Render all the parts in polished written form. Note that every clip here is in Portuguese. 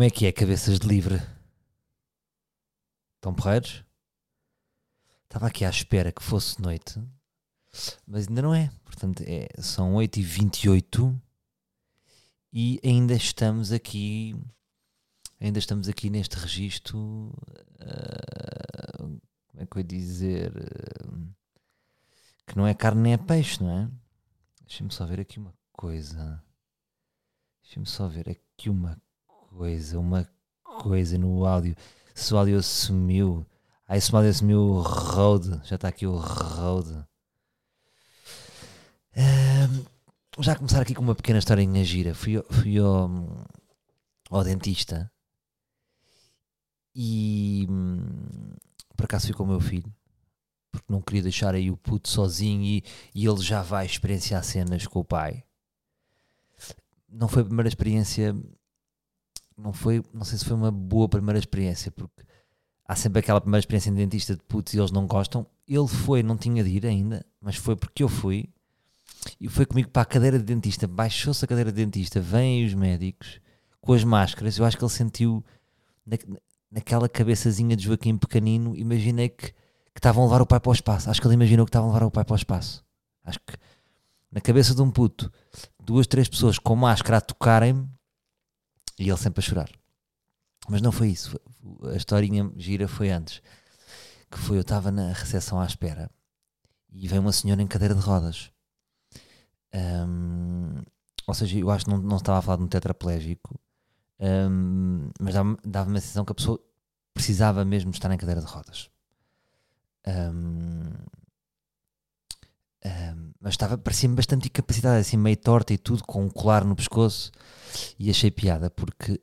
Como é que é, cabeças de livre? Estão porreiros? Estava aqui à espera que fosse noite, mas ainda não é. Portanto, são 8h28 e ainda estamos aqui neste registro, como é que eu ia dizer, que não é carne nem é peixe, não é? Deixa-me só ver aqui uma coisa. Uma coisa no áudio. Se o áudio assumiu. Se o áudio assumiu o road. Já está aqui o road. Já começar aqui com uma pequena historinha gira. Fui ao dentista e por acaso fui com o meu filho, porque não queria deixar aí o puto sozinho e ele já vai experienciar cenas com o pai. Não foi a primeira experiência, não sei se foi uma boa primeira experiência, porque há sempre aquela primeira experiência em dentista de putos e eles não gostam. Ele foi, não tinha de ir ainda, mas foi porque eu fui, e foi comigo para a cadeira de dentista, baixou-se a cadeira de dentista, vêm os médicos, com as máscaras. Eu acho que ele sentiu, naquela cabeçazinha de Joaquim pequenino, imaginei que estavam a levar o pai para o espaço. Acho que ele imaginou que estavam a levar o pai para o espaço. Acho que na cabeça de um puto, 2, 3 pessoas com máscara a tocarem-me e ele sempre a chorar. Mas não foi isso. A historinha gira foi antes. Que foi, eu estava na recepção à espera e veio uma senhora em cadeira de rodas. Ou seja, eu acho que não estava a falar de um tetraplégico, mas dava-me a sensação que a pessoa precisava mesmo de estar em cadeira de rodas. Mas parecia-me bastante incapacitada, assim meio torta e tudo, com um colar no pescoço, e achei piada porque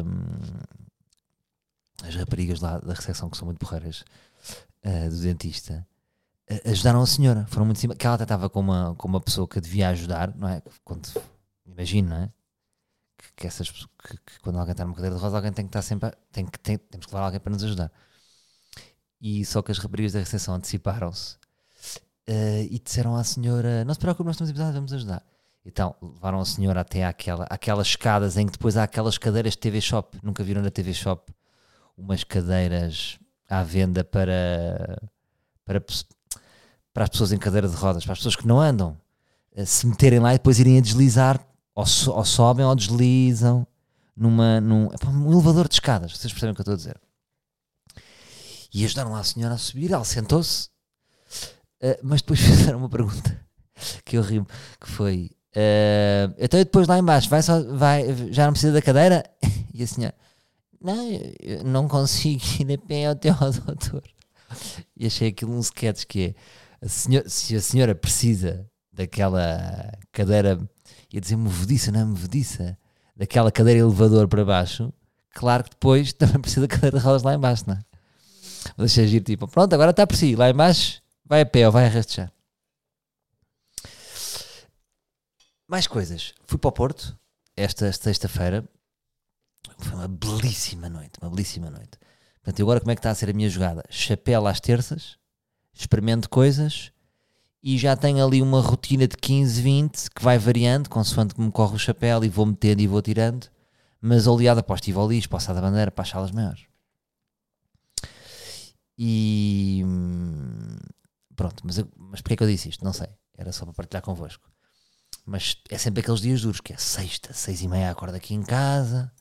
as raparigas lá da recepção, que são muito porreiras, do dentista, ajudaram a senhora, foram muito cima, que ela até estava com uma pessoa que a devia ajudar, não é? Imagino, não é? Que quando alguém está numa cadeira de rodas, alguém tem que estar sempre temos que levar alguém para nos ajudar. E só que as raparigas da recepção anteciparam-se e disseram à senhora: não se preocupe, nós estamos empresados, vamos ajudar. Então levaram a senhora até aquelas escadas em que depois há aquelas cadeiras de TV Shop. Nunca viram na TV Shop umas cadeiras à venda para as pessoas em cadeira de rodas, para as pessoas que não andam, se meterem lá e depois irem a deslizar, ou sobem ou deslizam num elevador de escadas. Vocês percebem o que eu estou a dizer? E ajudaram lá a senhora a subir, ela sentou-se, mas depois fizeram uma pergunta que eu rimo, que foi: então depois lá em baixo já não precisa da cadeira? E a senhora: não, eu não consigo ir a pé até ao doutor. E achei aquilo um sketch que é: se a senhora precisa daquela cadeira, ia dizer movediça, não é movediça, daquela cadeira elevador para baixo, claro que depois também precisa da cadeira de rodas lá em baixo, não é? Mas deixa agir, tipo, pronto, agora está por si, lá em baixo vai a pé ou vai a rastejar. Mais coisas. Fui para o Porto esta sexta-feira. Foi uma belíssima noite. Portanto, agora como é que está a ser a minha jogada? Chapéu às terças, experimento coisas e já tenho ali uma rotina de 15, 20 que vai variando, consoante que me corre o chapéu, e vou metendo e vou tirando, mas oleada para o Estivolis, para o Sá da Bandeira, para as salas maiores. E pronto, mas porquê é que eu disse isto? Não sei, era só para partilhar convosco. Mas é sempre aqueles dias duros, que é sexta, 6h30 acordo aqui em casa,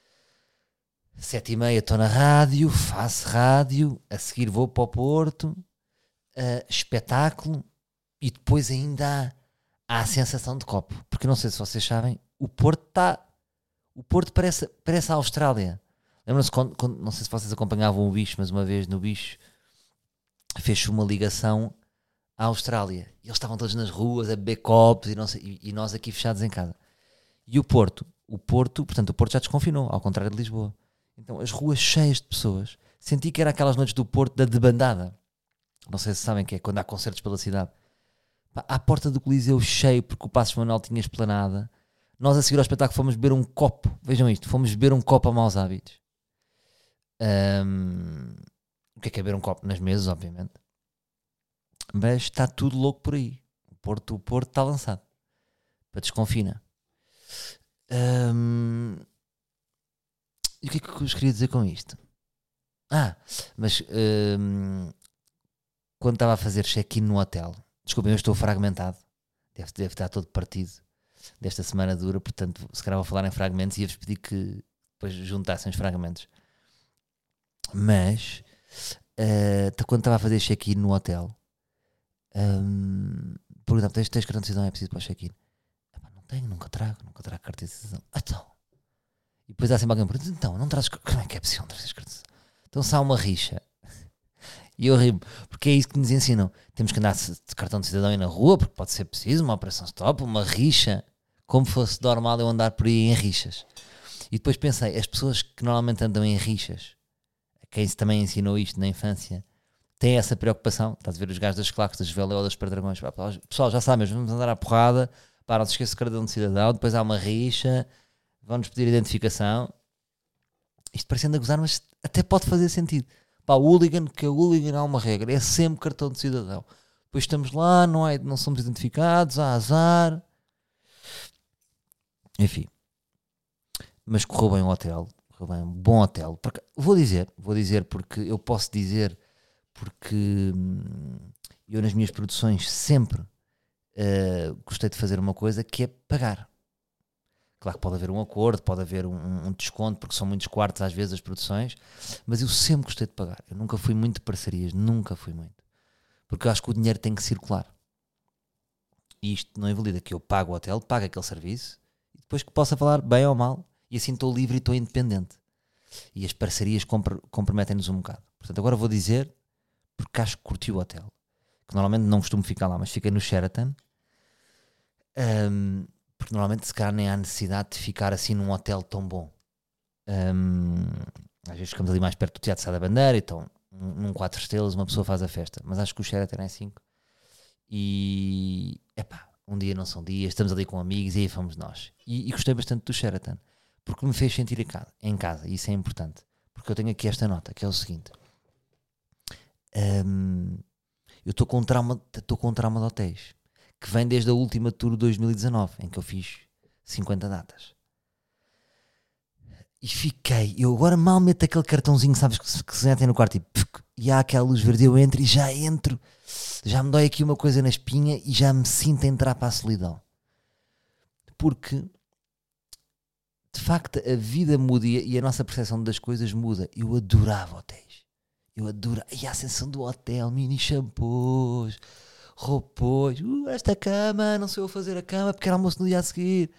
7h30 estou na rádio, faço rádio, a seguir vou para o Porto, espetáculo, e depois ainda há a sensação de copo, porque não sei se vocês sabem, o Porto parece a Austrália. Lembram-se quando, não sei se vocês acompanhavam o Bicho, mas uma vez no Bicho fez-se uma ligação à Austrália. E eles estavam todos nas ruas a beber copos e nós aqui fechados em casa. E o Porto, portanto, o Porto já desconfinou, ao contrário de Lisboa. Então as ruas cheias de pessoas. Senti que era aquelas noites do Porto da debandada. Não sei se sabem que é quando há concertos pela cidade. À porta do Coliseu cheio, porque o Passos Manuel tinha esplanada. Nós a seguir ao espetáculo fomos beber um copo. Vejam isto, fomos beber um copo a maus hábitos. O que é beber um copo? Nas mesas, obviamente. Mas está tudo louco por aí. O Porto está lançado. Para desconfina. E o que é que eu vos queria dizer com isto? Mas quando estava a fazer check-in no hotel, desculpem, eu estou fragmentado, deve estar todo partido desta semana dura, portanto, se calhar vou falar em fragmentos e ia-vos pedir que depois juntassem os fragmentos. Mas quando estava a fazer check-in no hotel, perguntava: tens cartão de cidadão? É preciso para o check-in? Não tenho, nunca trago carta de cidadão. Então, e depois há sempre alguém que pergunta: então, não trazes? Como é que é possível não trazer carta de cidadão? Então, se há uma rixa, e eu rimo, porque é isso que nos ensinam, temos que andar de cartão de cidadão aí na rua, porque pode ser preciso uma operação stop, uma rixa, como fosse normal eu andar por aí em rixas. E depois pensei, as pessoas que normalmente andam em rixas, a quem se também ensinou isto na infância, têm essa preocupação. Estás a ver os gajos das claques, das Velé ou das Perdragões? Pessoal, já sabem, vamos andar à porrada, não se esqueça de cartão de cidadão, depois há uma rixa, vão-nos pedir identificação. Isto parecendo a gozar, mas até pode fazer sentido. O hooligan, que é o hooligan, há uma regra, é sempre cartão de cidadão. Depois estamos lá, não somos identificados, há azar. Enfim. Mas correu bem o hotel, correu bem, um bom hotel. Porque, vou dizer porque eu posso dizer, porque eu nas minhas produções sempre gostei de fazer uma coisa que é pagar. Claro que pode haver um acordo, pode haver um desconto, porque são muitos quartos às vezes as produções, mas eu sempre gostei de pagar. Eu nunca fui muito de parcerias, nunca fui muito. Porque eu acho que o dinheiro tem que circular. E isto não invalida que eu pago o hotel, pago aquele serviço, e depois que possa falar bem ou mal, e assim estou livre e estou independente. E as parcerias comprometem-nos um bocado. Portanto, agora vou dizer, porque acho que curti o hotel, que normalmente não costumo ficar lá, mas fiquei no Sheraton. Porque normalmente se calhar nem há necessidade de ficar assim num hotel tão bom. Às vezes ficamos ali mais perto do Teatro Sá da Bandeira, então num 4 estrelas uma pessoa faz a festa, mas acho que o Sheraton é 5 e um dia não são dias, estamos ali com amigos e aí fomos nós, e gostei bastante do Sheraton porque me fez sentir em casa, e isso é importante, porque eu tenho aqui esta nota que é o seguinte: eu estou com um trauma de hotéis que vem desde a última tour de 2019, em que eu fiz 50 datas. E eu agora mal meto aquele cartãozinho, sabes, que se metem no quarto e há aquela luz verde, eu entro e já me dói aqui uma coisa na espinha e já me sinto a entrar para a solidão. Porque, de facto, a vida muda e a nossa percepção das coisas muda. Eu adorava hotéis. E a ascensão do hotel, mini shampoos, roupões, esta cama, não sei eu a fazer a cama, pequeno almoço no dia a seguir.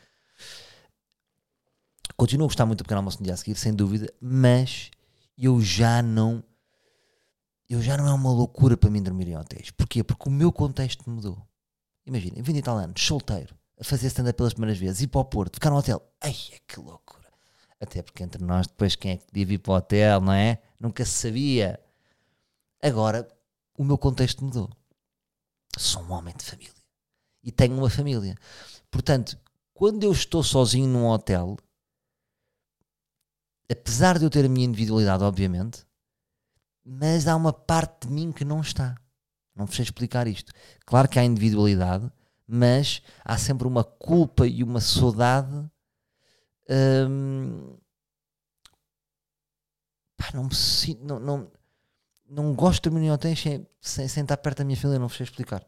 Continuo a gostar muito do pequeno almoço no dia a seguir, sem dúvida, mas eu já não é uma loucura para mim dormir em hotéis. Porquê? Porque o meu contexto mudou. Imagina, em 20 e tal anos, solteiro, a fazer stand-up pelas primeiras vezes, ir para o Porto, ficar no hotel. Ai, que loucura. Até porque entre nós, depois, quem é que podia vir para o hotel, não é? Nunca se sabia. Agora, o meu contexto mudou. Sou um homem de família. E tenho uma família. Portanto, quando eu estou sozinho num hotel, apesar de eu ter a minha individualidade, obviamente, mas há uma parte de mim que não está. Não vos sei explicar isto. Claro que há individualidade, mas há sempre uma culpa e uma saudade. Não me sinto... Não gosto de dormir em hotéis sem estar perto da minha família, não vos sei explicar.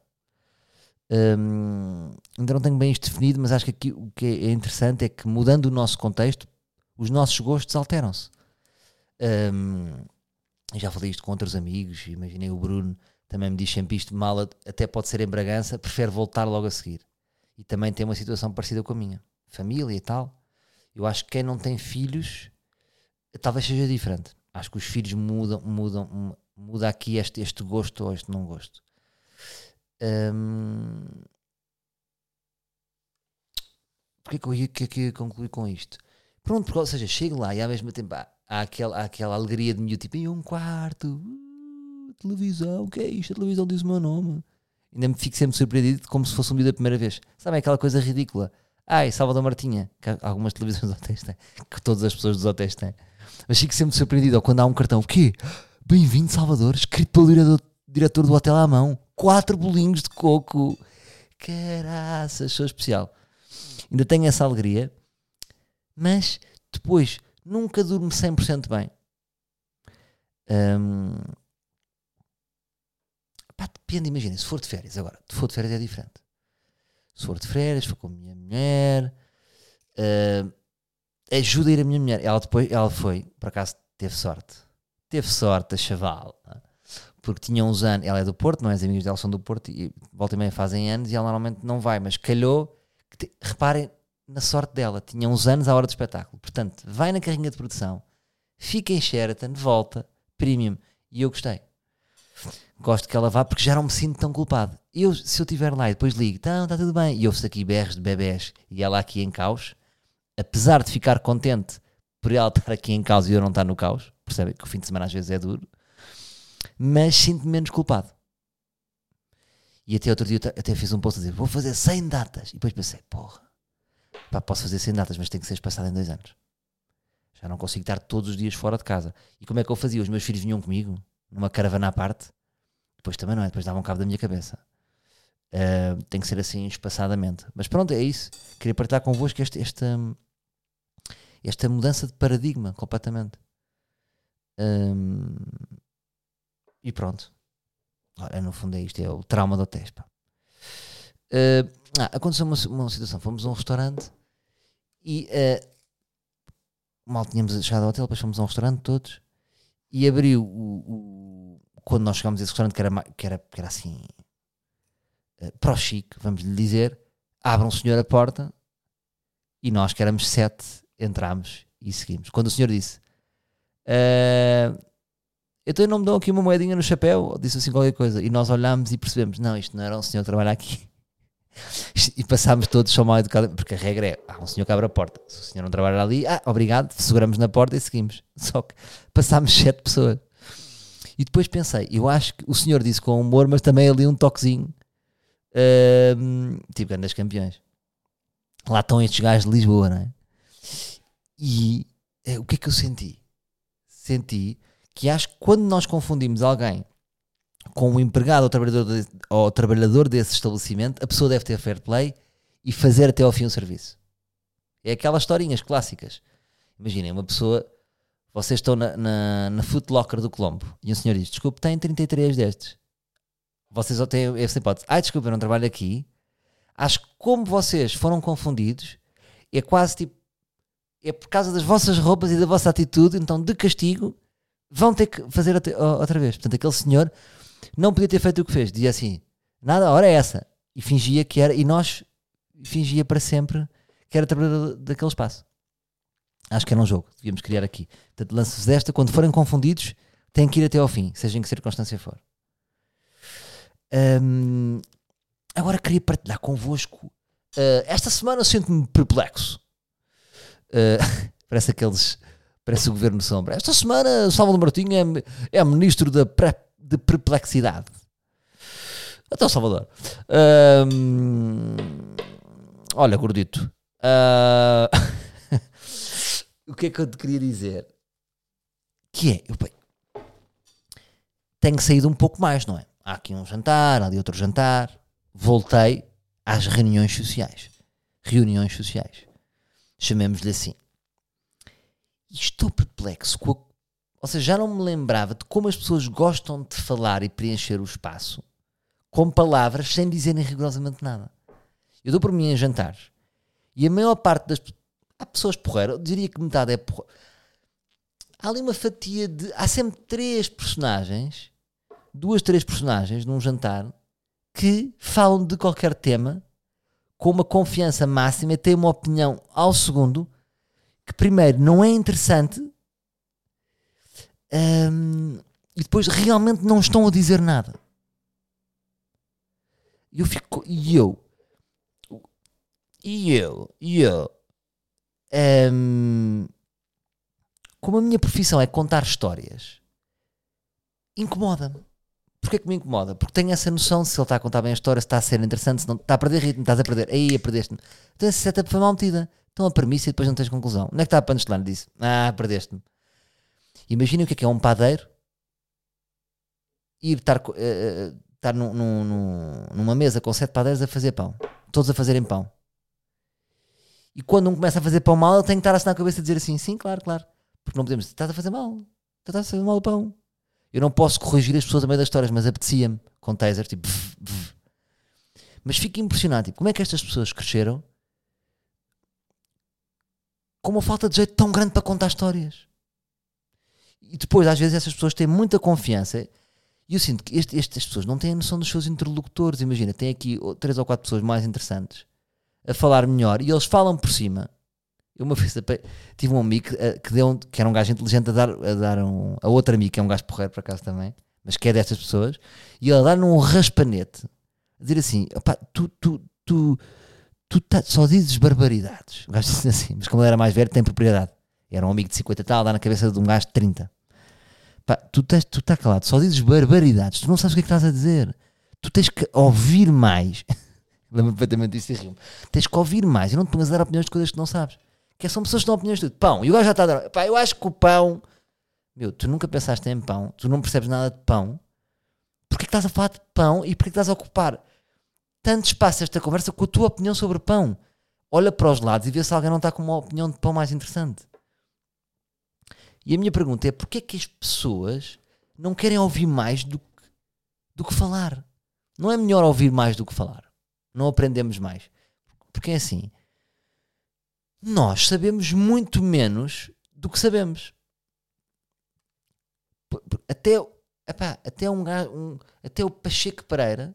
Ainda não tenho bem isto definido, mas acho que aqui o que é interessante é que, mudando o nosso contexto, os nossos gostos alteram-se. Já falei isto com outros amigos, imaginei o Bruno, também me diz sempre isto: mal até pode ser em Bragança, prefere voltar logo a seguir. E também tem uma situação parecida com a minha, família e tal. Eu acho que quem não tem filhos talvez seja diferente. Acho que os filhos muda aqui este gosto ou este não gosto. Porquê que eu ia concluir com isto? Pronto, porque, ou seja, chego lá e ao mesmo tempo há aquela alegria de miúdo, tipo, em um quarto, televisão, o que é isto? A televisão diz o meu nome. Ainda me fico sempre surpreendido, como se fosse um vídeo da primeira vez. Sabe aquela coisa ridícula? Salvador Martinha, que algumas televisões dos hotéis têm, que todas as pessoas dos hotéis têm. Mas fico sempre surpreendido, ou quando há um cartão, o quê? Bem-vindo Salvador, escrito pelo diretor do hotel à mão, 4 bolinhos de coco. Caraças, sou especial. Ainda tenho essa alegria, mas depois nunca durmo 100% bem. Depende, imagina, se for de férias, agora, se for de férias é diferente. Se for de férias, for com a minha mulher, ajuda a ir a minha mulher. Ela foi, por acaso teve sorte, a chaval, porque tinha uns anos, ela é do Porto, não é? As amigas dela são do Porto e volta e meia fazem anos e ela normalmente não vai, mas calhou, reparem na sorte dela, tinha uns anos à hora do espetáculo, portanto, vai na carrinha de produção, fica em Sheraton, volta, premium, e eu gostei. Gosto que ela vá porque já não me sinto tão culpado. Se eu estiver lá e depois ligo, está tudo bem, e ouço aqui berros de bebés e ela aqui em caos, apesar de ficar contente por ela estar aqui em caos e eu não estar no caos, percebem que o fim de semana às vezes é duro, mas sinto-me menos culpado. E até outro dia até fiz um post a dizer, vou fazer 100 datas, e depois pensei, posso fazer 100 datas, mas tem que ser espaçado em 2 anos. Já não consigo estar todos os dias fora de casa. E como é que eu fazia? Os meus filhos vinham comigo, numa caravana à parte, depois também não é, depois davam cabo da minha cabeça. Tem que ser assim espaçadamente. Mas pronto, é isso. Queria partilhar convosco esta mudança de paradigma completamente. E pronto. Ora, no fundo é isto, é o trauma do hotéis. Aconteceu uma situação, fomos a um restaurante e mal tínhamos chegado ao hotel, depois fomos a um restaurante todos e abriu quando nós chegámos a esse restaurante que era assim pro chique, vamos lhe dizer, abre um senhor a porta e nós que éramos 7 entramos e seguimos. Quando o senhor disse então não me dão aqui uma moedinha no chapéu, disse assim qualquer coisa, e nós olhámos e percebemos, não, isto não era um senhor que trabalha aqui. E passámos todos só mal educados, porque a regra é, há um senhor que abre a porta, se o senhor não trabalhar ali, obrigado, seguramos na porta e seguimos. Só que passámos 7 pessoas. E depois pensei, eu acho que o senhor disse com humor, mas também ali um toquezinho, tipo grandes campeões. Lá estão estes gajos de Lisboa, não é? E o que é que eu senti? Senti que acho que quando nós confundimos alguém com um empregado ou trabalhador desse estabelecimento, a pessoa deve ter fair play e fazer até ao fim o serviço. É aquelas historinhas clássicas. Imaginem, uma pessoa, vocês estão na Foot Locker do Colombo e o senhor diz, desculpe, tem 33 destes. Vocês só têm essa hipótese. Desculpe, eu não trabalho aqui. Acho que como vocês foram confundidos, é quase tipo, é por causa das vossas roupas e da vossa atitude, então de castigo vão ter que fazer outra vez. Portanto, aquele senhor não podia ter feito o que fez. Dizia assim, nada, a hora é essa. E fingia que era, e nós fingia para sempre que era trabalhador daquele espaço. Acho que era um jogo, devíamos criar aqui. Portanto, lanço-vos esta, quando forem confundidos, têm que ir até ao fim, seja em que circunstância for. Agora queria partilhar convosco. Esta semana eu sinto-me perplexo. Parece o Governo Sombra. Esta semana o Salvador Martinho é ministro de perplexidade. Até o Salvador. Olha, gordito. O que é que eu te queria dizer? Que é, tenho saído um pouco mais, não é? Há aqui um jantar, há ali outro jantar. Voltei às reuniões sociais. Chamemos-lhe assim. E estou perplexo ou seja, já não me lembrava de como as pessoas gostam de falar e preencher o espaço com palavras sem dizerem rigorosamente nada. Eu dou por mim em jantares e a maior parte há pessoas porreiras, eu diria que metade é porreira. Há ali uma fatia há sempre 2, 3 personagens num jantar que falam de qualquer tema com uma confiança máxima e têm uma opinião ao segundo que primeiro não é interessante e depois realmente não estão a dizer nada. Como a minha profissão é contar histórias, incomoda-me. Porquê que me incomoda? Porque tenho essa noção se ele está a contar bem a história, se está a ser interessante, se não está a perder ritmo, estás a perder, perdeste-me. Então esse setup foi mal metida. Então a premissa e depois não tens conclusão. Onde é que está a punchline disso? Perdeste-me. Imagina o que é um padeiro ir estar numa mesa com 7 padeiros a fazer pão. Todos a fazerem pão. E quando um começa a fazer pão mal, ele tem que estar a assinar a cabeça e dizer assim, sim, claro. Porque não podemos dizer, estás a fazer mal. Estás a fazer mal o pão. Eu não posso corrigir as pessoas a meio das histórias, mas apetecia-me com taser, tipo... Mas fico impressionado, tipo, como é que estas pessoas cresceram com uma falta de jeito tão grande para contar histórias? E depois, às vezes, essas pessoas têm muita confiança e eu sinto que estas pessoas não têm a noção dos seus interlocutores. Imagina, tem aqui 3 ou 4 pessoas mais interessantes a falar melhor e eles falam por cima. Eu uma vez tive um amigo que era um gajo inteligente a outro amigo, que é um gajo porreiro por acaso também, mas que é destas pessoas, e ele a dar-lhe um raspanete, a dizer assim, tu só dizes barbaridades. O gajo disse assim, mas como ele era mais velho, tem propriedade. Era um amigo de 50 e tal, a dar na cabeça de um gajo de 30. Pá, tu estás calado, só dizes barbaridades, tu não sabes o que é que estás a dizer. Tu tens que ouvir mais. Lembro-me perfeitamente disso e rio-me. Tens que ouvir mais e não te pongas a dar opiniões de coisas que não sabes. Que são pessoas que dão opiniões de tudo. Pão, e o gajo já está a dar. Pá, eu acho que o pão. Meu, tu nunca pensaste em pão, tu não percebes nada de pão. Porquê que estás a falar de pão e porquê que estás a ocupar tanto espaço esta conversa com a tua opinião sobre pão? Olha para os lados e vê se alguém não está com uma opinião de pão mais interessante. E a minha pergunta é: porquê que as pessoas não querem ouvir mais do que falar? Não é melhor ouvir mais do que falar? Não aprendemos mais? Porque é assim, nós sabemos muito menos do que sabemos. Até o Pacheco Pereira,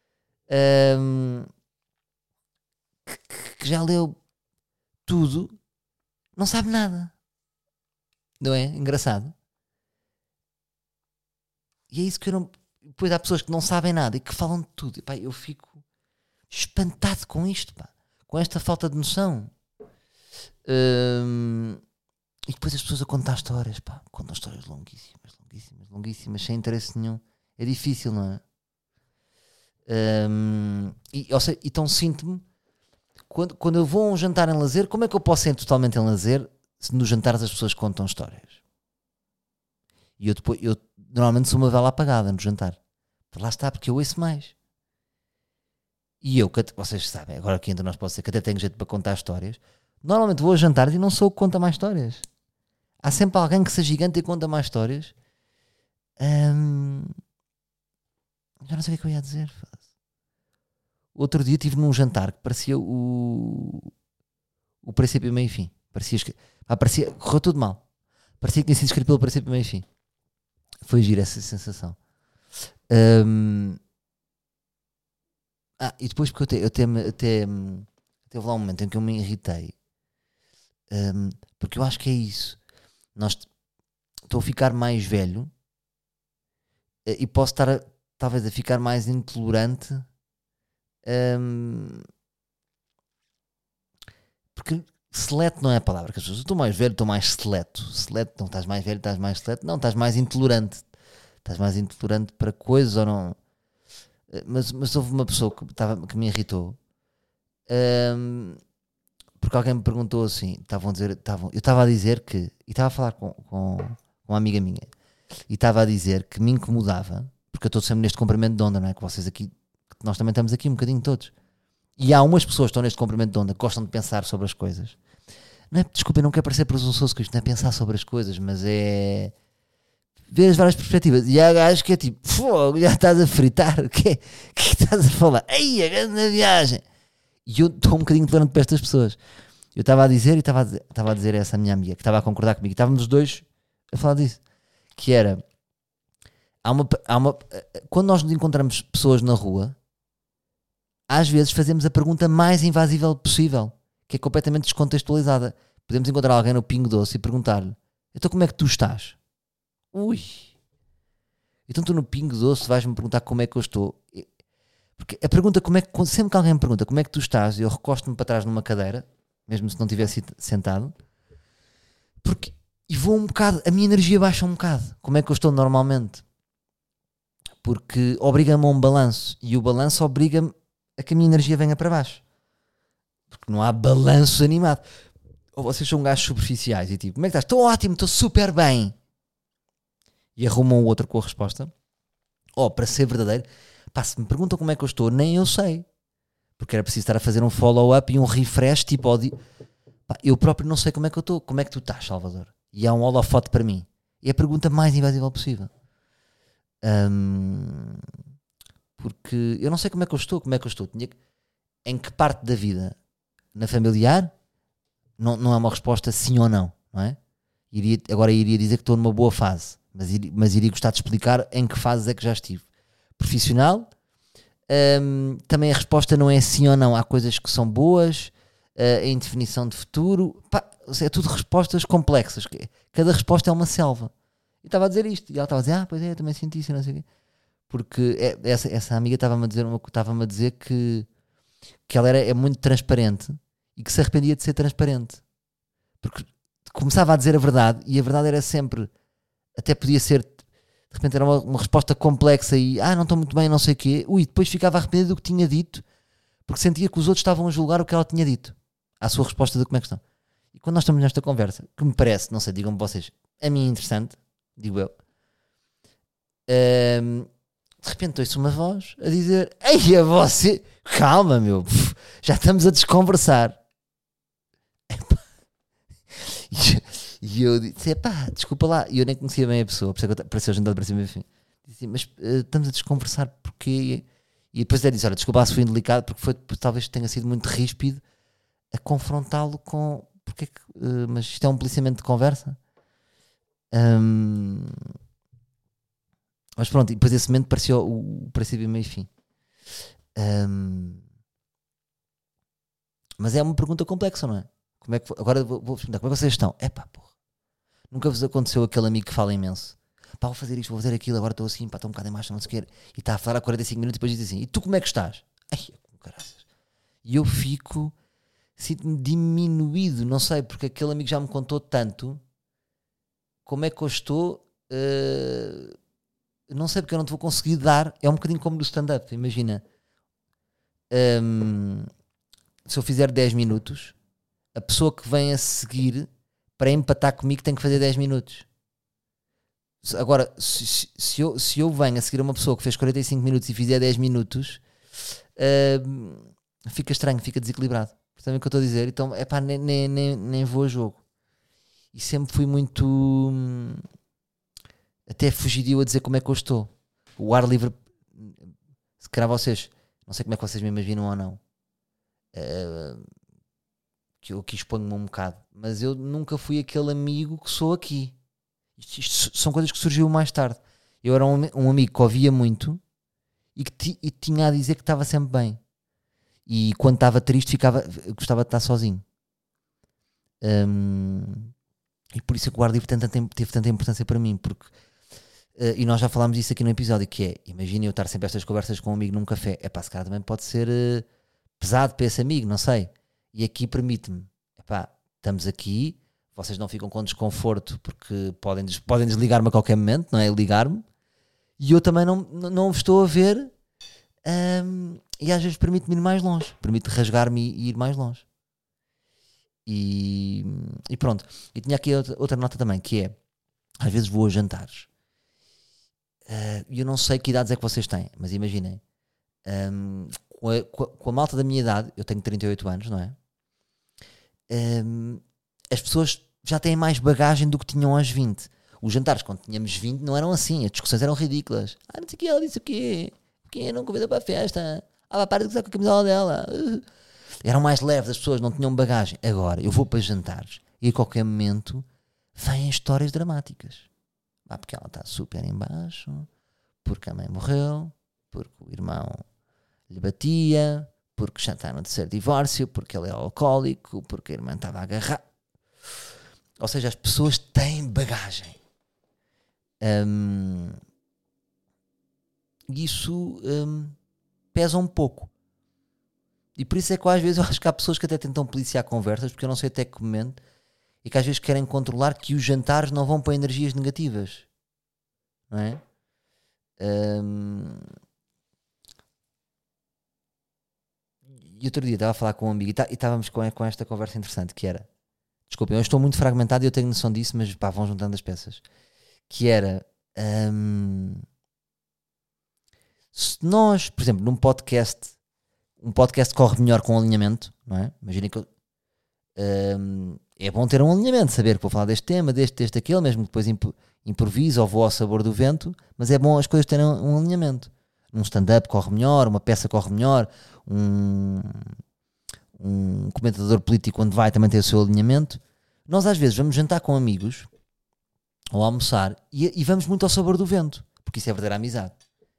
que já leu tudo, não sabe nada. Não é? Engraçado. E é isso que eu não... Depois há pessoas que não sabem nada e que falam de tudo. E, pá, eu fico espantado com isto, pá. Com esta falta de noção. E depois as pessoas a contar histórias, pá. Contam histórias longuíssimas, sem interesse nenhum. É difícil, não é? Então sinto-me... Quando eu vou a um jantar em lazer, como é que eu posso ser totalmente em lazer se nos jantares as pessoas contam histórias? E eu normalmente sou uma vela apagada no jantar. Lá está, porque eu ouço mais. E vocês sabem, agora aqui entre nós posso dizer que até tenho jeito para contar histórias. Normalmente vou a jantar e não sou o que conta mais histórias. Há sempre alguém que seja gigante e conta mais histórias. Já não sei o que é que eu ia dizer. Outro dia estive num jantar que parecia o princípio, meio e fim. Correu tudo mal. Parecia que tinha sido escrito pelo princípio, meio e fim. Foi gira essa sensação. E depois, porque eu até teve lá um momento em que eu me irritei. Porque eu acho que é isso. Estou a ficar mais velho e posso estar talvez a ficar mais intolerante. Porque seleto não é a palavra que as pessoas... Eu estou mais velho, estou mais seleto. Seleto, não estás mais velho, estás mais seleto. Não, estás mais intolerante. Estás mais intolerante para coisas ou não. Mas houve uma pessoa que me irritou. Porque alguém me perguntou assim, eu estava a dizer que... E estava a falar com uma amiga minha. E estava a dizer que me incomodava, porque eu estou sempre neste comprimento de onda, não é? Que vocês aqui... Que nós também estamos aqui um bocadinho todos. E há umas pessoas que estão neste comprimento de onda que gostam de pensar sobre as coisas. Desculpa, eu não quero parecer presunçoso com isto, não é pensar sobre as coisas, mas é ver as várias perspectivas. E há gajos que é tipo, fogo, já estás a fritar, o que estás a falar? Ei, a grande viagem! E eu estou um bocadinho tolerante para estas pessoas. Eu estava a dizer, e estava a dizer a essa minha amiga, que estava a concordar comigo, e estávamos os dois a falar disso, que era, quando nós nos encontramos pessoas na rua, às vezes fazemos a pergunta mais invasível possível, que é completamente descontextualizada. Podemos encontrar alguém no Pingo Doce e perguntar-lhe, então como é que tu estás? Ui! Então tu no Pingo Doce vais-me perguntar como é que eu estou. Porque a pergunta sempre que alguém me pergunta como é que tu estás, eu recosto-me para trás numa cadeira, mesmo se não tivesse sentado, e vou um bocado, a minha energia baixa um bocado. Como é que eu estou normalmente? Porque obriga-me a um balanço, e o balanço obriga-me a que a minha energia venha para baixo. Porque não há balanço animado. Ou vocês são gajos superficiais e tipo, como é que estás? Estou ótimo, estou super bem. E arrumam o outro com a resposta. Para ser verdadeiro, se me perguntam como é que eu estou, nem eu sei. Porque era preciso estar a fazer um follow-up e um refresh, tipo, eu próprio não sei como é que eu estou. Como é que tu estás, Salvador? E há um holofote para mim. É a pergunta mais invasível possível. Porque eu não sei como é que eu estou. Em que parte da vida? Na familiar? Não é uma resposta sim ou não, não é? Agora iria dizer que estou numa boa fase, mas iria gostar de explicar em que fases é que já estive. Profissional, também a resposta não é sim ou não. Há coisas que são boas, em definição de futuro. Pá, é tudo respostas complexas. Cada resposta é uma selva. E estava a dizer isto. E ela estava a dizer, pois é, eu também senti isso, não sei o quê. Porque essa amiga estava-me a dizer que ela é muito transparente e que se arrependia de ser transparente. Porque começava a dizer a verdade e a verdade era sempre, até podia ser, de repente era uma resposta complexa e não estou muito bem, não sei o quê. Depois ficava arrependido do que tinha dito porque sentia que os outros estavam a julgar o que ela tinha dito à sua resposta de como é que estão. E quando nós estamos nesta conversa, que me parece, não sei, digam-me vocês, a mim interessante, digo eu, de repente ouço uma voz a dizer, ei, a você, calma meu, já estamos a desconversar. E eu disse, desculpa lá, e eu nem conhecia bem a pessoa, por isso é que pareceu jantar para cima, enfim. Disse, mas estamos a desconversar porque... E depois ele disse, olha, desculpa se fui indelicado, porque talvez tenha sido muito ríspido a confrontá-lo com... mas isto é um policiamento de conversa? Mas pronto, e depois esse momento parecia o princípio, meio e fim. Mas é uma pergunta complexa, não é? Agora vou perguntar, como é que vocês estão? Porra, nunca vos aconteceu aquele amigo que fala imenso? Vou fazer isto, vou fazer aquilo, agora estou assim, estou um bocado em marcha, não sei o quê. E está a falar há 45 minutos e depois diz assim, e tu como é que estás? Caraças. E eu sinto-me diminuído, não sei, porque aquele amigo já me contou tanto como é que eu estou, não sei, porque eu não te vou conseguir dar. É um bocadinho como no stand-up, imagina, se eu fizer 10 minutos, a pessoa que vem a seguir para empatar comigo tem que fazer 10 minutos. Agora, se eu venho a seguir uma pessoa que fez 45 minutos e fizer 10 minutos, fica estranho, fica desequilibrado. Percebem o que eu estou a dizer? Então, nem vou a jogo. E sempre fui muito... até fugidio a dizer como é que eu estou. O ar livre... Se calhar vocês... Não sei como é que vocês me imaginam ou não. Que eu aqui exponho-me um bocado. Mas eu nunca fui aquele amigo que sou aqui. Isto são coisas que surgiu mais tarde. Eu era um amigo que ouvia muito e que tinha a dizer que estava sempre bem. E quando estava triste gostava de estar sozinho. E por isso é que o ar livre teve tanta importância para mim. Porque, e nós já falámos disso aqui no episódio, que é, imagina eu estar sempre estas conversas com um amigo num café. Se calhar também pode ser pesado para esse amigo, não sei. E aqui permite-me, estamos aqui, vocês não ficam com desconforto porque podem desligar-me a qualquer momento, não é? Ligar-me. E eu também não estou a ver, e às vezes permite-me ir mais longe, permite rasgar-me e ir mais longe. E pronto. E tinha aqui outra nota também, que é, às vezes vou a jantares, e eu não sei que idades é que vocês têm, mas imaginem, com a malta da minha idade, eu tenho 38 anos, não é? As pessoas já têm mais bagagem do que tinham aos 20. Os jantares, quando tínhamos 20, não eram assim. As discussões eram ridículas. Não sei o que, ela disse o quê? Porque não convidou para a festa? Para de gozar com a camisola dela. Eram mais leves, as pessoas não tinham bagagem. Agora, eu vou para jantares e a qualquer momento vêm histórias dramáticas. Porque ela está super em baixo, porque a mãe morreu, porque o irmão lhe batia, porque já está no terceiro divórcio, porque ele é alcoólico, porque a irmã estava a agarrar. Ou seja, as pessoas têm bagagem. Isso pesa um pouco. E por isso é que às vezes eu acho que há pessoas que até tentam policiar conversas, porque eu não sei até que momento, e que às vezes querem controlar que os jantares não vão para energias negativas. Não é? E outro dia estava a falar com um amigo e estávamos com esta conversa interessante, que era, desculpem, eu estou muito fragmentado e eu tenho noção disso, mas vão juntando as peças, que era, se nós, por exemplo, num podcast, um podcast corre melhor com alinhamento, não é? Imaginem que É bom ter um alinhamento, saber que vou falar deste tema, deste, aquele, mesmo que depois improviso ou vou ao sabor do vento, mas é bom as coisas terem um alinhamento. Um stand-up corre melhor, uma peça corre melhor, um comentador político quando vai também tem o seu alinhamento. Nós às vezes vamos jantar com amigos ou almoçar e vamos muito ao sabor do vento, porque isso é verdadeira amizade.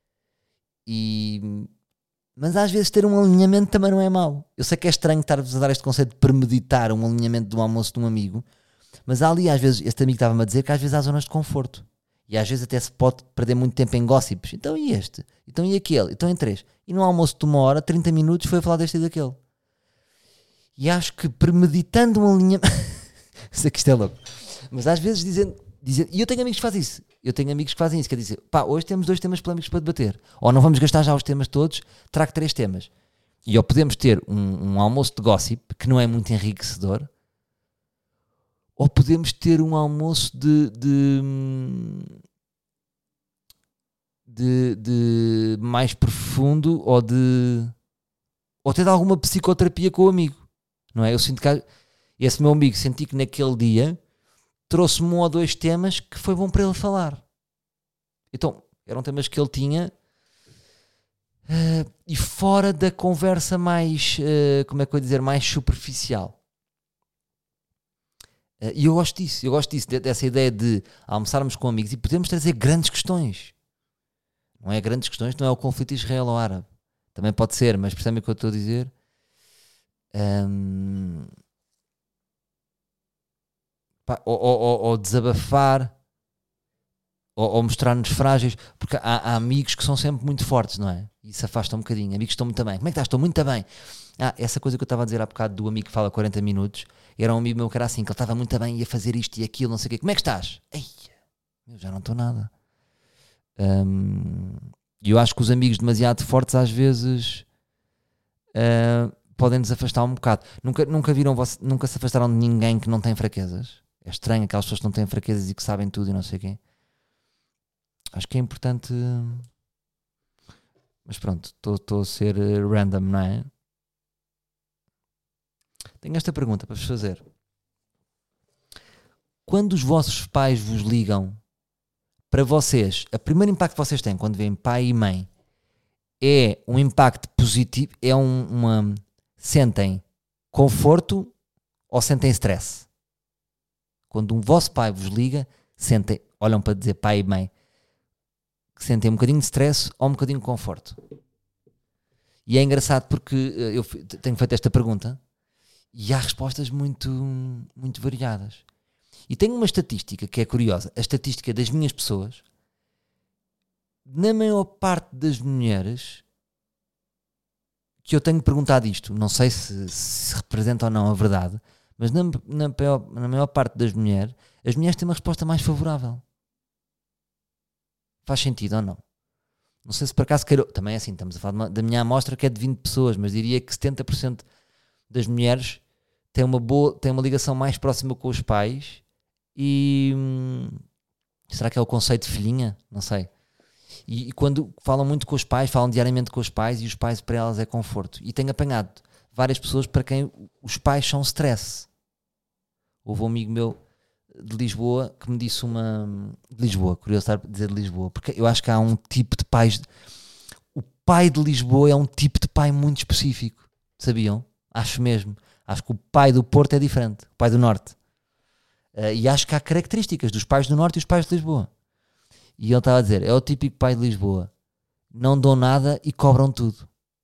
Mas às vezes ter um alinhamento também não é mau. Eu sei que é estranho estar-vos a dar este conceito de premeditar um alinhamento de um almoço de um amigo, mas há ali às vezes, este amigo estava-me a dizer que às vezes há zonas de conforto e às vezes até se pode perder muito tempo em gossips. Então e este? Então e aquele? Então em três. E num almoço de 1 hora, 30 minutos foi a falar deste e daquele. E acho que premeditando um alinhamento sei que isto é louco, mas às vezes dizendo, e eu tenho amigos que fazem isso. Quer dizer, pá, hoje temos 2 temas polémicos para debater, ou não vamos gastar já os temas todos, trago 3 temas, e ou podemos ter um almoço de gossip que não é muito enriquecedor, ou podemos ter um almoço de mais profundo, ou ter alguma psicoterapia com o amigo, não é? Eu sinto que esse meu amigo, senti que naquele dia trouxe-me 1 ou 2 temas que foi bom para ele falar. Então, eram temas que ele tinha e fora da conversa mais, como é que eu ia dizer, mais superficial. E eu gosto disso, dessa ideia de almoçarmos com amigos e podemos trazer grandes questões. Não é grandes questões, não é o conflito israelo-árabe. Também pode ser, mas percebem o que eu estou a dizer? Ou desabafar, ou mostrar-nos frágeis, porque há amigos que são sempre muito fortes, não é? E isso afasta um bocadinho. Amigos que estão muito bem. Como é que estás? Estou muito bem. Essa coisa que eu estava a dizer há bocado do amigo que fala 40 minutos, era um amigo meu que era assim, que ele estava muito bem, ia fazer isto e aquilo, não sei o quê. Como é que estás? Ei, eu já não estou nada. E eu acho que os amigos demasiado fortes às vezes podem nos afastar um bocado. Nunca se afastaram de ninguém que não tem fraquezas? É estranho aquelas pessoas que não têm fraquezas e que sabem tudo e não sei o quê. Acho que é importante. Mas pronto, estou a ser random, não é? Tenho esta pergunta para vos fazer. Quando os vossos pais vos ligam, para vocês, o primeiro impacto que vocês têm quando veem pai e mãe é um impacto positivo? Sentem conforto ou sentem stress? Quando um vosso pai vos liga, olham para dizer pai e mãe, que sentem um bocadinho de stress ou um bocadinho de conforto. E é engraçado porque eu tenho feito esta pergunta e há respostas muito, muito variadas. E tenho uma estatística que é curiosa. A estatística das minhas pessoas, na maior parte das mulheres que eu tenho perguntado isto, não sei se representa ou não a verdade, mas na maior parte das mulheres, as mulheres têm uma resposta mais favorável. Faz sentido ou não? Não sei se por acaso queiro. Também é assim, estamos a falar da minha amostra que é de 20 pessoas, mas diria que 70% das mulheres têm uma ligação mais próxima com os pais e... será que é o conceito de filhinha? Não sei. E quando falam muito com os pais, falam diariamente com os pais e os pais para elas é conforto. E tenho apanhado várias pessoas para quem os pais são stress. Houve um amigo meu de Lisboa que me disse de Lisboa, curioso estar a dizer de Lisboa, porque eu acho que há um tipo de pais. O pai de Lisboa é um tipo de pai muito específico, sabiam? Acho mesmo. Acho que o pai do Porto é diferente, o pai do Norte. E acho que há características dos pais do Norte e os pais de Lisboa. E ele estava a dizer, é o típico pai de Lisboa, não dão nada e cobram tudo.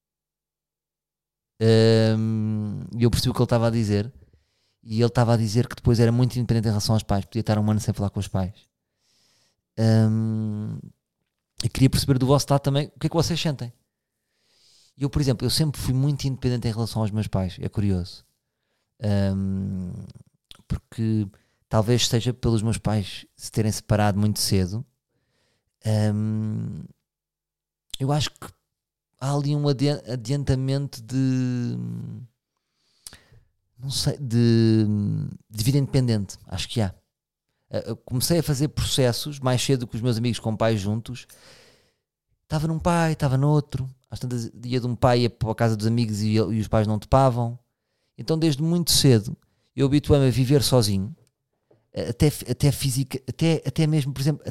E eu percebi o que ele estava a dizer. E ele estava a dizer que depois era muito independente em relação aos pais, podia estar 1 ano sem falar com os pais. E queria perceber do vosso lado também o que é que vocês sentem. Eu, por exemplo, eu sempre fui muito independente em relação aos meus pais, é curioso. Porque talvez seja pelos meus pais se terem separado muito cedo. Eu acho que há ali um adiantamento não sei, de vida independente. Acho que há. Comecei a fazer processos mais cedo que os meus amigos com pais juntos. Estava num pai, estava no outro. Às tantas, ia de um pai, ia para a casa dos amigos e os pais não topavam. Então desde muito cedo eu habituei-me a viver sozinho, até física, até mesmo, por exemplo,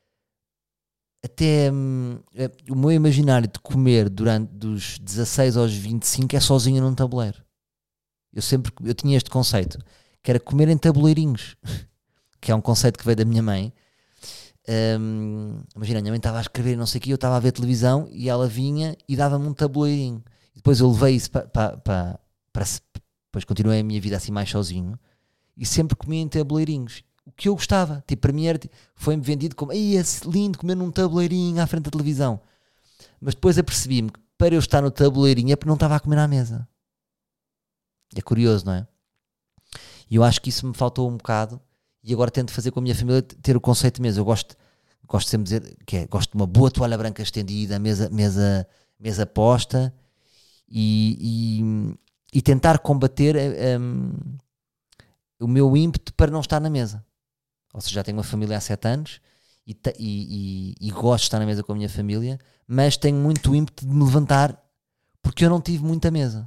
até o meu imaginário de comer durante dos 16 aos 25 é sozinho num tabuleiro. Eu tinha este conceito, que era comer em tabuleirinhos, que é um conceito que veio da minha mãe. Imagina, a minha mãe estava a escrever não sei o que, eu estava a ver televisão e ela vinha e dava-me um tabuleirinho. E depois eu levei isso para depois continuei a minha vida assim mais sozinho e sempre comia em tabuleirinhos. O que eu gostava, tipo, para mim era, foi-me vendido como, ei, é lindo comer num tabuleirinho à frente da televisão. Mas depois apercebi-me que para eu estar no tabuleirinho é porque não estava a comer à mesa. É curioso, não é? E eu acho que isso me faltou um bocado e agora tento fazer com a minha família ter o conceito de mesa. Eu gosto sempre de dizer que gosto de uma boa toalha branca estendida, mesa posta e tentar combater o meu ímpeto para não estar na mesa. Ou seja, já tenho uma família há 7 anos e gosto de estar na mesa com a minha família, mas tenho muito ímpeto de me levantar porque eu não tive muita mesa.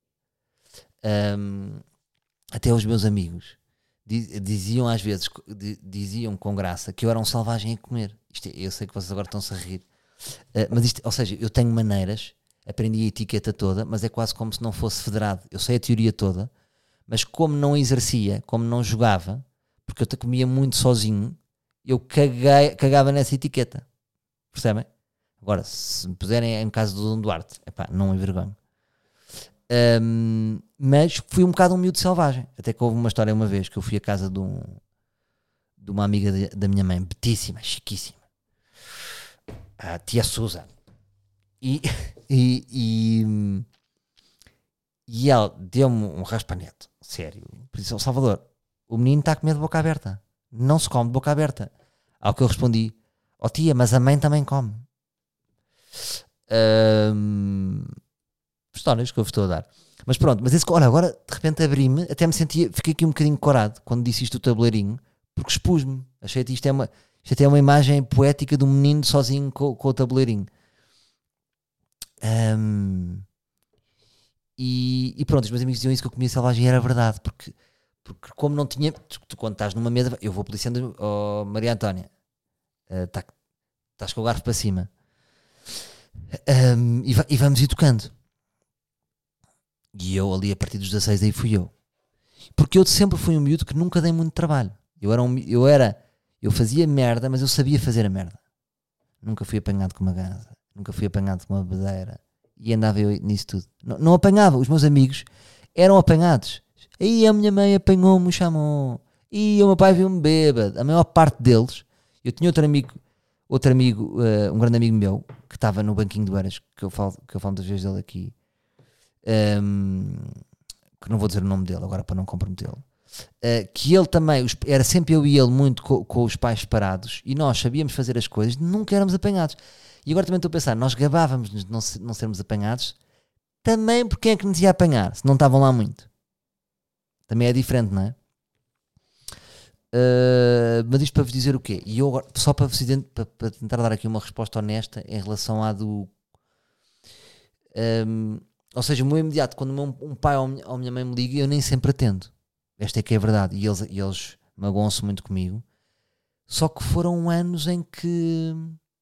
Até os meus amigos diziam às vezes, diziam com graça que eu era um selvagem a comer. Eu sei que vocês agora estão-se a rir, mas isto, ou seja, eu tenho maneiras, aprendi a etiqueta toda, mas é quase como se não fosse federado. Eu sei a teoria toda, mas como não exercia, como não jogava, porque eu comia muito sozinho, eu cagava nessa etiqueta. Percebem? Agora, se me puserem em caso do Dom Duarte, não me envergonho. Mas fui um bocado um miúdo selvagem. Até que houve uma história uma vez que eu fui à casa de uma amiga da minha mãe, betíssima, chiquíssima, a tia Susan, e ela deu-me um raspanete, sério. Disse: "Ó Salvador, o menino está a comer de boca aberta, não se come de boca aberta." Ao que eu respondi: "Ó tia, mas a mãe também come." Histórias que eu vos estou a dar. Mas pronto, mas olha, agora de repente abri-me, até me sentia, fiquei aqui um bocadinho corado quando disse isto do tabuleirinho, porque expus-me. Achei que isto é uma imagem poética de um menino sozinho com o tabuleirinho. E pronto, os meus amigos diziam isso, que eu comia selvagem, e era verdade, porque como não tinha, tu quando estás numa mesa, eu vou policiando, Maria Antónia, estás com o garfo para cima, e vamos ir tocando. E eu ali a partir dos 16 aí fui eu. Porque eu sempre fui um miúdo que nunca dei muito trabalho. Eu fazia merda, mas eu sabia fazer a merda. Nunca fui apanhado com uma gaza, nunca fui apanhado com uma bedeira. E andava eu nisso tudo. Não apanhava, os meus amigos eram apanhados. Aí a minha mãe apanhou-me, chamou. E o meu pai viu-me bêbado. A maior parte deles. Eu tinha outro amigo, um grande amigo meu, que estava no banquinho do Eras, que eu falo muitas vezes dele aqui. Que não vou dizer o nome dele agora para não comprometê-lo, que ele também, era sempre eu e ele muito com os pais separados, e nós sabíamos fazer as coisas, nunca éramos apanhados. E agora também estou a pensar, nós gabávamos de não sermos apanhados, também porque quem é que nos ia apanhar se não estavam lá muito? Também é diferente, não é? Mas isto para vos dizer o quê? E eu agora, só para tentar dar aqui uma resposta honesta em relação à do ou seja, o meu imediato, quando um pai ou minha mãe me liga, eu nem sempre atendo. Esta é que é a verdade. E eles magoam-se muito comigo. Só que foram anos em que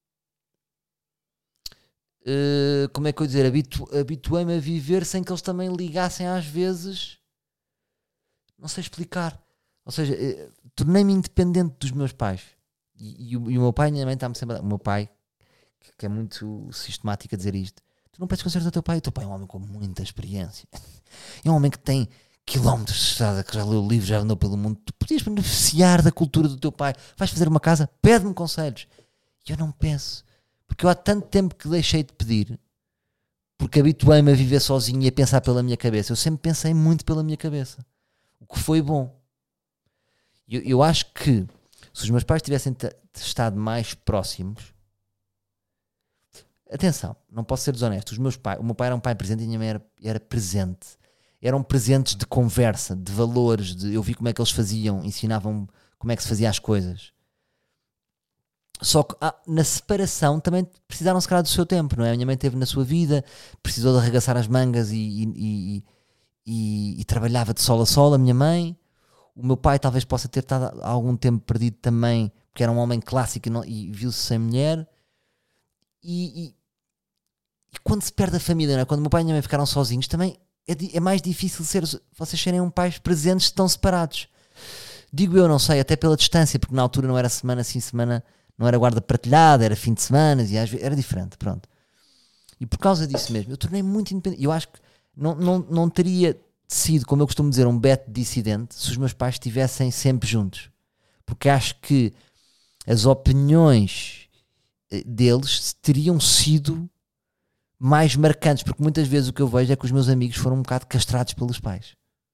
como é que eu ia dizer, habituei-me a viver sem que eles também ligassem às vezes. Não sei explicar. Ou seja, tornei-me independente dos meus pais. E o meu pai e a minha mãe está-me sempre a... O meu pai, que é muito sistemático a dizer isto: tu não pedes conselhos ao teu pai. O teu pai é um homem com muita experiência. É um homem que tem quilómetros de estrada, que já leu livros, já andou pelo mundo. Tu podias beneficiar da cultura do teu pai. Vais fazer uma casa, pede-me conselhos. E eu não peço. Porque eu há tanto tempo que deixei de pedir, porque habituei-me a viver sozinho e a pensar pela minha cabeça. Eu sempre pensei muito pela minha cabeça. O que foi bom. Eu acho que se os meus pais tivessem estado mais próximos... Atenção, não posso ser desonesto. O meu pai era um pai presente e a minha mãe era presente. Eram presentes de conversa, de valores, eu vi como é que eles faziam, ensinavam como é que se fazia as coisas. Só que na separação também precisaram se calhar do seu tempo, não é? A minha mãe teve na sua vida, precisou de arregaçar as mangas e trabalhava de sol a sol, a minha mãe. O meu pai talvez possa ter estado há algum tempo perdido também, porque era um homem clássico e viu-se sem mulher. E quando se perde a família, não é? Quando o meu pai e a minha mãe ficaram sozinhos, também é mais difícil vocês serem um pais presentes se estão separados. Digo eu, não sei, até pela distância, porque na altura não era semana sim, semana, não era guarda partilhada, era fim de semana, e às vezes era diferente, pronto. E por causa disso mesmo, eu tornei muito independente. Eu acho que não teria sido, como eu costumo dizer, um Beto dissidente se os meus pais estivessem sempre juntos. Porque acho que as opiniões deles teriam sido mais marcantes, porque muitas vezes o que eu vejo é que os meus amigos foram um bocado castrados pelos pais.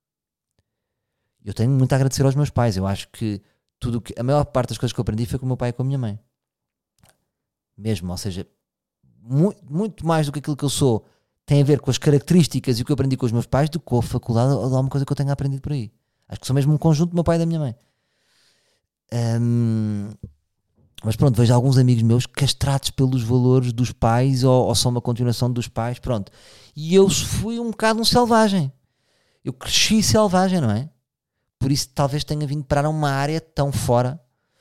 Eu tenho muito a agradecer aos meus pais. Eu acho que a maior parte das coisas que eu aprendi foi com o meu pai e com a minha mãe. Mesmo, ou seja, muito mais do que aquilo que eu sou tem a ver com as características e o que eu aprendi com os meus pais do que com a faculdade ou de alguma coisa que eu tenha aprendido por aí. Acho que sou mesmo um conjunto do meu pai e da minha mãe. Mas pronto, vejo alguns amigos meus castrados pelos valores dos pais ou são uma continuação dos pais, pronto. E eu fui um bocado um selvagem. Eu cresci selvagem, não é? Por isso talvez tenha vindo para uma área tão fora.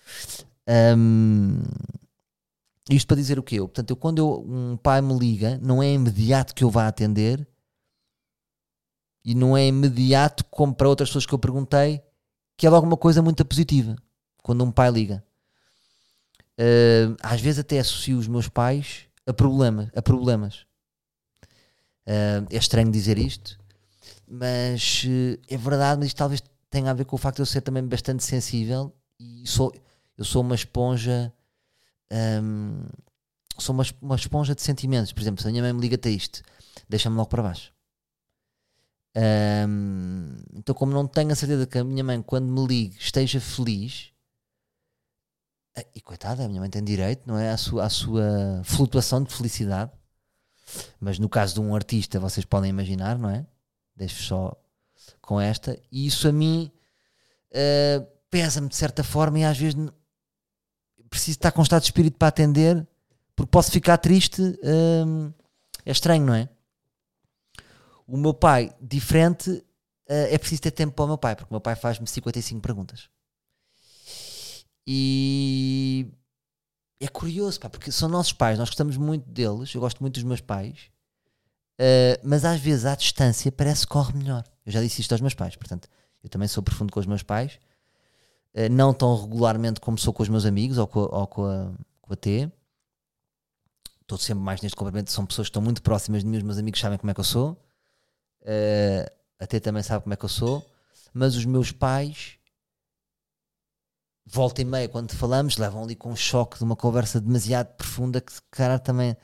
Isto para dizer o quê? Portanto, quando um pai me liga, não é imediato que eu vá atender e não é imediato como para outras pessoas que eu perguntei, que é logo uma coisa muito positiva quando um pai liga. Às vezes até associo os meus pais a problemas. É estranho dizer isto, mas é verdade, mas isto talvez tenha a ver com o facto de eu ser também bastante sensível e eu sou uma esponja. Sou uma esponja de sentimentos. Por exemplo, se a minha mãe me liga-te a isto, deixa-me logo para baixo. Então, como não tenho a certeza que a minha mãe, quando me ligue, esteja feliz, e coitada, a minha mãe tem direito, não é? À sua flutuação de felicidade. Mas no caso de um artista, vocês podem imaginar, não é? Deixo só com esta. E isso a mim pesa-me de certa forma e às vezes preciso estar com estado de espírito para atender, porque posso ficar triste. É estranho, não é? O meu pai, diferente, é preciso ter tempo para o meu pai, porque o meu pai faz-me 55 perguntas. E é curioso, pá, porque são nossos pais, nós gostamos muito deles, eu gosto muito dos meus pais, mas às vezes à distância parece que corre melhor. Eu já disse isto aos meus pais, portanto, eu também sou profundo com os meus pais, não tão regularmente como sou com os meus amigos ou com a T. Estou sempre mais neste complemento, são pessoas que estão muito próximas de mim, os meus amigos sabem como é que eu sou, a T também sabe como é que eu sou, mas os meus pais, volta e meia, quando falamos, levam ali com um choque de uma conversa demasiado profunda que, cara, também.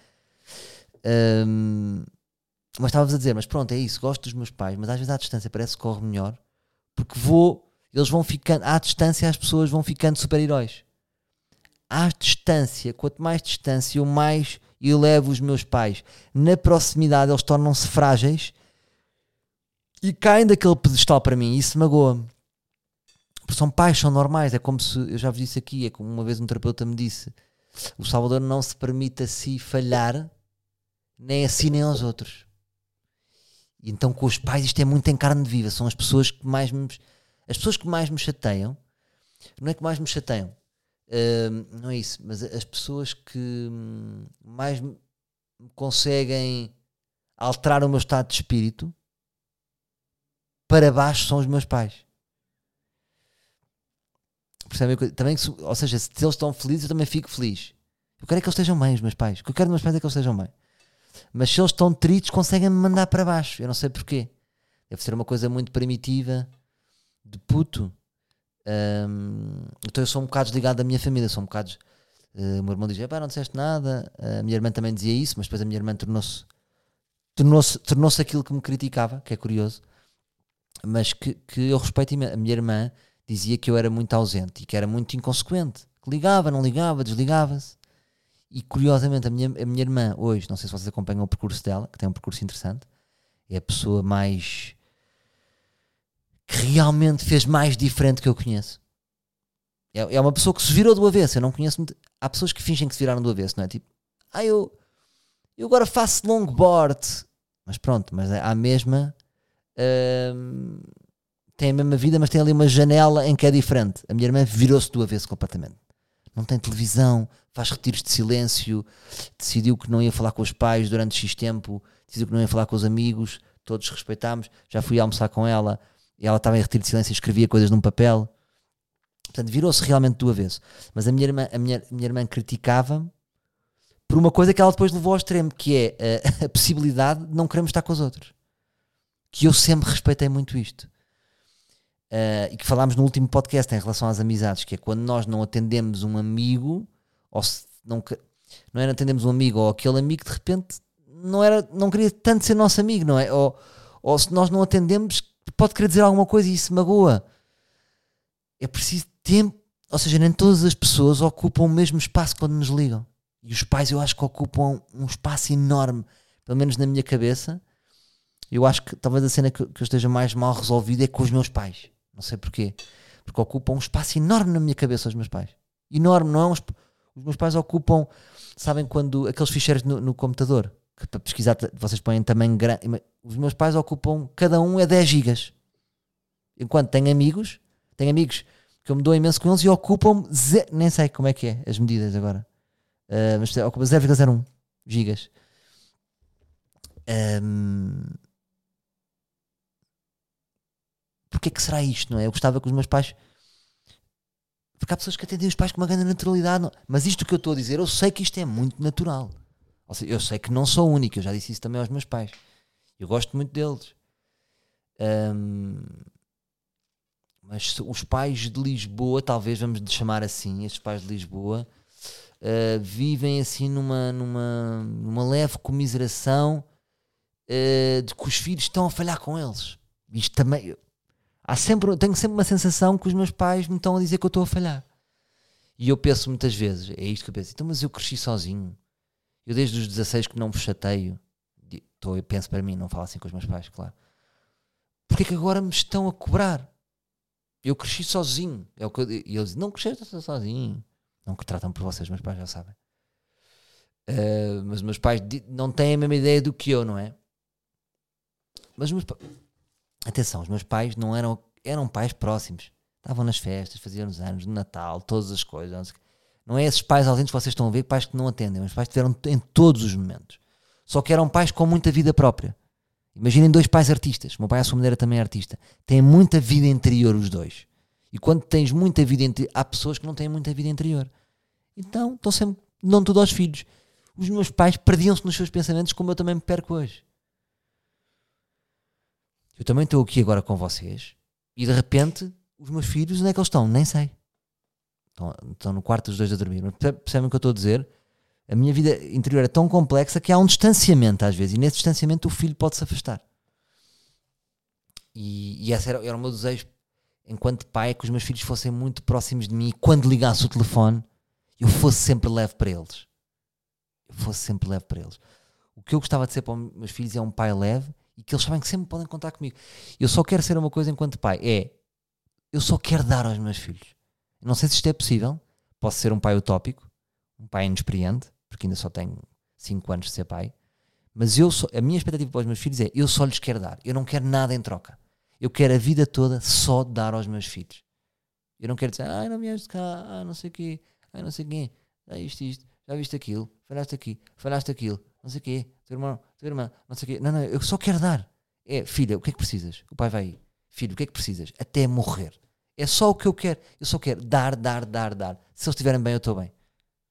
Mas estava-vos a dizer, mas pronto, é isso, gosto dos meus pais, mas às vezes à distância parece que corre melhor, porque eles vão ficando, à distância as pessoas vão ficando super-heróis. À distância, quanto mais distância, eu mais elevo os meus pais. Na proximidade, eles tornam-se frágeis e caem daquele pedestal para mim, e isso magoa-me. São pais, são normais, é como se, eu já vos disse aqui, é como uma vez um terapeuta me disse, o Salvador não se permite a si falhar, nem a si nem aos outros. E então com os pais isto é muito em carne viva, são as pessoas que mais me chateiam, não é que mais me chateiam, não é isso, mas as pessoas que mais me conseguem alterar o meu estado de espírito para baixo são os meus pais. Percebem? Também, ou seja, se eles estão felizes, eu também fico feliz. Eu quero é que eles estejam bem, os meus pais. O que eu quero dos meus pais é que eles estejam bem. Mas se eles estão tristes, conseguem-me mandar para baixo. Eu não sei porquê. Deve ser uma coisa muito primitiva, de puto. Então eu sou um bocado desligado da minha família. Sou um bocado... o meu irmão dizia, não disseste nada. A minha irmã também dizia isso, mas depois a minha irmã tornou-se aquilo que me criticava, que é curioso. Mas que eu respeito imenso. A minha irmã dizia que eu era muito ausente e que era muito inconsequente. Que ligava, não ligava, desligava-se. E curiosamente a minha irmã hoje, não sei se vocês acompanham o percurso dela, que tem um percurso interessante, é a pessoa mais... que realmente fez mais diferente que eu conheço. É uma pessoa que se virou do avesso. Eu não conheço muito... Há pessoas que fingem que se viraram do avesso, não é? Tipo, eu agora faço longboard. Mas pronto, mas à mesma... têm a mesma vida, mas têm ali uma janela em que é diferente. A minha irmã virou-se do avesso completamente. Não tem televisão, faz retiros de silêncio, decidiu que não ia falar com os pais durante X tempo, decidiu que não ia falar com os amigos, todos respeitámos. Já fui almoçar com ela e ela estava em retiro de silêncio e escrevia coisas num papel. Portanto, virou-se realmente do avesso. Mas a minha irmã criticava-me por uma coisa que ela depois levou ao extremo, que é a possibilidade de não querermos estar com os outros. Que eu sempre respeitei muito isto. E que falámos no último podcast em relação às amizades, que é quando nós não atendemos um amigo, ou se não era atendemos um amigo, ou aquele amigo de repente não queria tanto ser nosso amigo, não é? Ou se nós não atendemos, pode querer dizer alguma coisa e isso magoa. É preciso tempo, ou seja, nem todas as pessoas ocupam o mesmo espaço quando nos ligam. E os pais eu acho que ocupam um espaço enorme, pelo menos na minha cabeça. Eu acho que talvez a cena que eu esteja mais mal resolvida é com os meus pais. Não sei porquê. Porque ocupam um espaço enorme na minha cabeça os meus pais. Enorme, não é? Os meus pais ocupam, sabem quando aqueles ficheiros no computador, que para pesquisar vocês põem tamanho grande. Os meus pais ocupam, cada um é 10 gigas. Enquanto tenho amigos que eu me dou imenso com eles e ocupam, nem sei como é que é as medidas agora. Mas ocupa 0,01 gigas. Porquê que será isto, não é? Eu gostava que os meus pais... Porque há pessoas que atendem os pais com uma grande naturalidade. Não? Mas isto que eu estou a dizer, eu sei que isto é muito natural. Ou seja, eu sei que não sou único. Eu já disse isso também aos meus pais. Eu gosto muito deles. Mas os pais de Lisboa, talvez vamos chamar assim, estes pais de Lisboa, vivem assim numa leve comiseração de que os filhos estão a falhar com eles. Isto também... tenho sempre uma sensação que os meus pais me estão a dizer que eu estou a falhar. E eu penso muitas vezes, é isto que eu penso, então, mas eu cresci sozinho. Eu desde os 16 que não me chateio. Eu penso para mim, não falo assim com os meus pais, claro. Porque é que agora me estão a cobrar? Eu cresci sozinho. É o que e eles dizem, não cresceste sozinho. Não que tratam por vocês, meus pais já sabem. Mas os meus pais não têm a mesma ideia do que eu, não é? Mas os meus pais... Atenção, os meus pais não eram pais próximos. Estavam nas festas, faziam os anos, no Natal, todas as coisas. Não é esses pais ausentes que vocês estão a ver, pais que não atendem. Os pais estiveram em todos os momentos. Só que eram pais com muita vida própria. Imaginem 2 pais artistas. O meu pai, à sua maneira, também é artista. Têm muita vida interior os dois. E quando tens muita vida interior, há pessoas que não têm muita vida interior. Então, estão sempre, dão tudo aos filhos. Os meus pais perdiam-se nos seus pensamentos como eu também me perco hoje. Eu também estou aqui agora com vocês e de repente os meus filhos, onde é que eles estão? Nem sei. Estão no quarto os dois a dormir. Mas percebem o que eu estou a dizer? A minha vida interior é tão complexa que há um distanciamento às vezes e nesse distanciamento o filho pode se afastar. E esse era o meu desejo enquanto pai, é que os meus filhos fossem muito próximos de mim e quando ligasse o telefone eu fosse sempre leve para eles. O que eu gostava de ser para os meus filhos é um pai leve e que eles sabem que sempre podem contar comigo. Eu só quero ser uma coisa enquanto pai, eu só quero dar aos meus filhos. Não sei se isto é possível, posso ser um pai utópico, um pai inexperiente, porque ainda só tenho 5 anos de ser pai, mas a minha expectativa para os meus filhos é, eu só lhes quero dar, eu não quero nada em troca. Eu quero a vida toda só dar aos meus filhos. Eu não quero dizer, não vieste cá, não sei o quê, não sei quem, isto, já viste aquilo, falhaste aqui, falhaste aquilo, não sei o quê, teu irmão, não sei o quê. Não, eu só quero dar. Filha, o que é que precisas? O pai vai aí. Filho, o que é que precisas? Até morrer. É só o que eu quero. Eu só quero dar. Se eles estiverem bem, eu estou bem.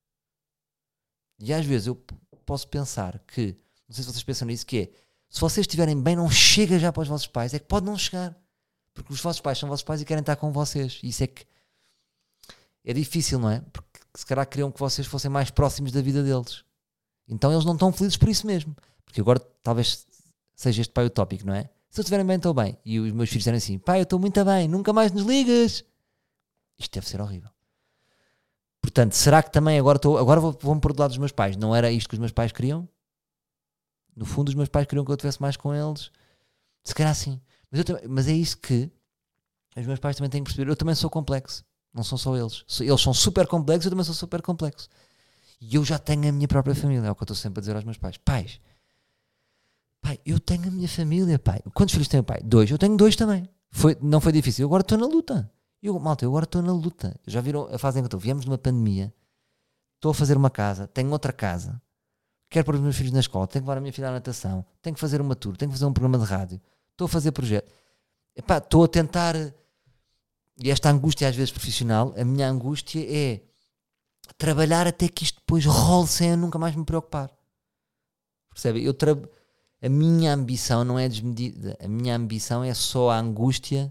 E às vezes eu posso pensar que, não sei se vocês pensam nisso, que é, se vocês estiverem bem, não chega já para os vossos pais. É que pode não chegar. Porque os vossos pais são vossos pais e querem estar com vocês. E isso é que é difícil, não é? Porque se calhar queriam que vocês fossem mais próximos da vida deles. Então eles não estão felizes por isso mesmo. Porque agora talvez seja este pai utópico, não é? Se eles estiverem bem, estou bem. E os meus filhos dizem assim, pai, eu estou muito bem, nunca mais nos ligas. Isto deve ser horrível. Portanto, será que também agora vou-me pôr do lado dos meus pais? Não era isto que os meus pais queriam? No fundo, os meus pais queriam que eu estivesse mais com eles. Se calhar sim. Mas é isso que os meus pais também têm que perceber. Eu também sou complexo. Não são só eles. Eles são super complexos, eu também sou super complexo. E eu já tenho a minha própria família. É o que eu estou sempre a dizer aos meus pais. Pai, eu tenho a minha família, pai. Quantos filhos tem o pai? 2. Eu tenho 2 também. Não foi difícil. Eu agora estou na luta. Malta, eu agora estou na luta. Já viram a fase em que eu estou? Viemos de uma pandemia. Estou a fazer uma casa. Tenho outra casa. Quero pôr os meus filhos na escola. Tenho que levar a minha filha à natação. Tenho que fazer uma tour. Tenho que fazer um programa de rádio. Estou a fazer projeto. Epá, estou a tentar... E esta angústia às vezes profissional, a minha angústia é trabalhar até que isto depois role sem eu nunca mais me preocupar. Percebe? A minha ambição não é desmedida. A minha ambição é só a angústia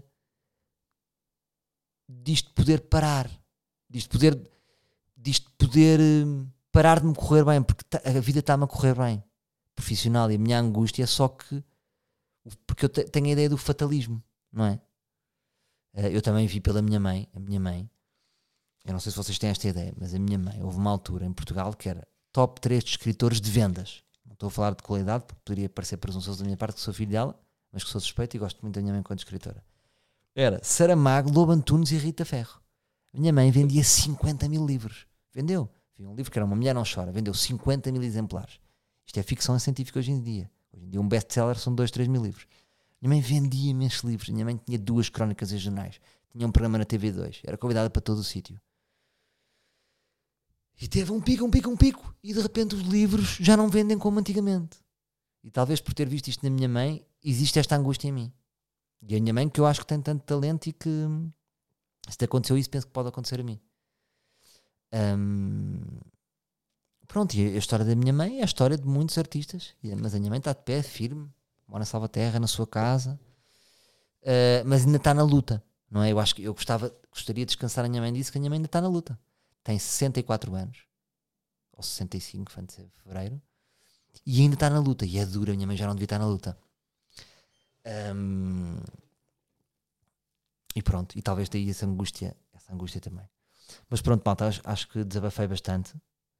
disto poder parar. Disto poder parar de me correr bem. Porque a vida está-me a correr bem. Profissional. E a minha angústia é só que... Porque eu tenho a ideia do fatalismo. Não é? Eu também vi pela minha mãe. A minha mãe... Eu não sei se vocês têm esta ideia, mas a minha mãe, houve uma altura em Portugal que era top 3 de escritores de vendas. Não estou a falar de qualidade, porque poderia parecer presunçoso da minha parte, que sou filho dela, mas que sou suspeito e gosto muito da minha mãe enquanto escritora. Era Saramago, Lobo Antunes e Rita Ferro. A minha mãe vendia 50 mil livros. Vendeu. Vi um livro que era Uma Mulher Não Chora. Vendeu 50 mil exemplares. Isto é ficção científica hoje em dia. Hoje em dia um best-seller são 2, 3 mil livros. A minha mãe vendia imensos livros. A minha mãe tinha 2 crónicas em jornais. Tinha um programa na TV2. Era convidada para todo o sítio. E teve um pico, e de repente os livros já não vendem como antigamente. E talvez por ter visto isto na minha mãe, existe esta angústia em mim. E a minha mãe, que eu acho que tem tanto talento e que, se te aconteceu isso, penso que pode acontecer a mim. Pronto, e a história da minha mãe é a história de muitos artistas. Mas a minha mãe está de pé, firme, mora na Salvaterra, na sua casa, mas ainda está na luta. Não é? Eu acho que eu gostaria de descansar a minha mãe disso, que a minha mãe ainda está na luta. Tem 64 anos, ou 65, vai ser fevereiro, e ainda está na luta, e é dura, a minha mãe já não devia estar na luta. E pronto, e talvez daí essa angústia também. Mas pronto, malta, acho que desabafei bastante.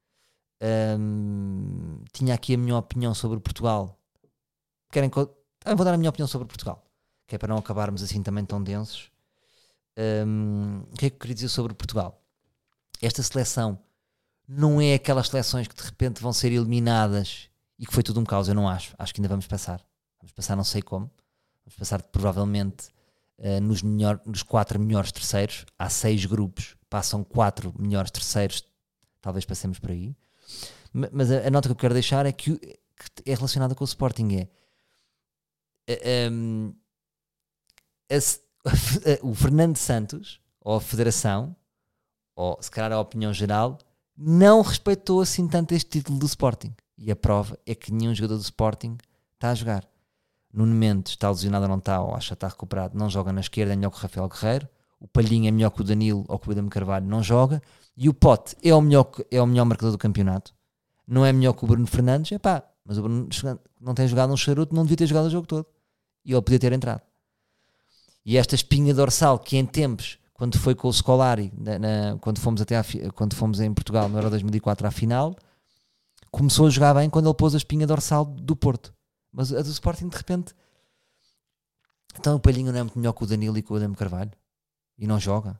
Tinha aqui a minha opinião sobre Portugal. Vou dar a minha opinião sobre Portugal, que é para não acabarmos assim também tão densos. O que é que eu queria dizer sobre Portugal? Esta seleção não é aquelas seleções que de repente vão ser eliminadas e que foi tudo um caos. Eu não acho que ainda vamos passar não sei como, vamos passar provavelmente nos 4 melhores terceiros. Há 6 grupos, passam 4 melhores terceiros, talvez passemos por aí. Mas a nota que eu quero deixar é que é relacionada com o Sporting. O Fernando Santos, ou a Federação, ou se calhar a opinião geral, não respeitou assim tanto este título do Sporting. E a prova é que nenhum jogador do Sporting está a jogar. Nuno Mendes está lesionado ou não está, ou acha que está recuperado, não joga na esquerda, é melhor que o Rafael Guerreiro. O Palhinha é melhor que o Danilo ou que o William Carvalho, não joga. E o Pote é o melhor marcador do campeonato. Não é melhor que o Bruno Fernandes, mas o Bruno não tem jogado um charuto, não devia ter jogado o jogo todo. E ele podia ter entrado. E esta espinha dorsal que em tempos, quando foi com o Scolari, quando fomos em Portugal no Euro 2004 à final, começou a jogar bem quando ele pôs a espinha dorsal do Porto. Mas a do Sporting de repente, então o Palhinho não é muito melhor que o Danilo e que o William Carvalho e não joga.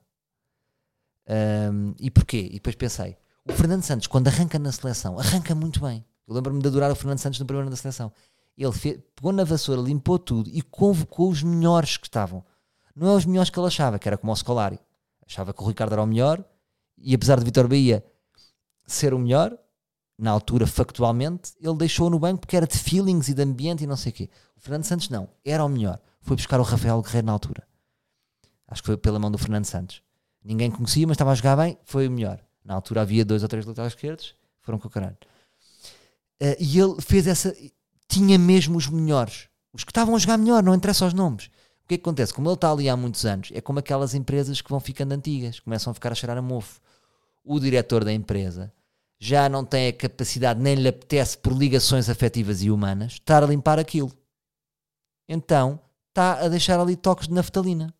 E porquê? E depois pensei, o Fernando Santos quando arranca na seleção, arranca muito bem. Eu lembro-me de adorar o Fernando Santos no primeiro ano da seleção. Ele pegou na vassoura, limpou tudo e convocou os melhores que estavam. Não é os melhores que ele achava, que era como o Scolari. Achava que o Ricardo era o melhor, e apesar de Vítor Bahia ser o melhor, na altura, factualmente, ele deixou no banco porque era de feelings e de ambiente e não sei o quê. O Fernando Santos não, era o melhor. Foi buscar o Rafael Guerreiro na altura. Acho que foi pela mão do Fernando Santos. Ninguém conhecia, mas estava a jogar bem, foi o melhor. Na altura havia 2 ou 3 laterais esquerdos, foram com o caralho. E ele fez essa... Tinha mesmo os melhores. Os que estavam a jogar melhor, não interessa os nomes. O que é que acontece? Como ele está ali há muitos anos, é como aquelas empresas que vão ficando antigas, começam a ficar a cheirar a mofo. O diretor da empresa já não tem a capacidade, nem lhe apetece, por ligações afetivas e humanas, estar a limpar aquilo. Então, está a deixar ali toques de naftalina.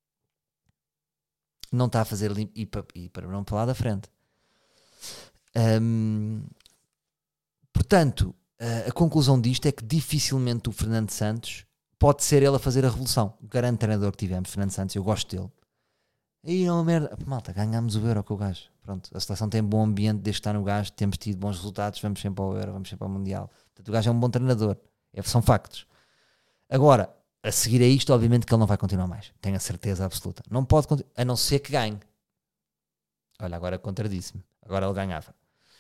Não está a fazer e para não falar da frente. Portanto, a conclusão disto é que dificilmente o Fernando Santos pode ser ele a fazer a revolução. O grande treinador que tivemos, Fernando Santos, eu gosto dele. Aí não é merda. Malta, ganhámos o Euro com o gajo. Pronto, a seleção tem bom ambiente desde que está no gajo, temos tido bons resultados, vamos sempre ao Euro, vamos sempre ao Mundial. Portanto, o gajo é um bom treinador. São factos. Agora, a seguir a isto, obviamente que ele não vai continuar mais. Tenho a certeza absoluta. Não pode continuar, a não ser que ganhe. Olha, agora contradisse-me. Agora ele ganhava.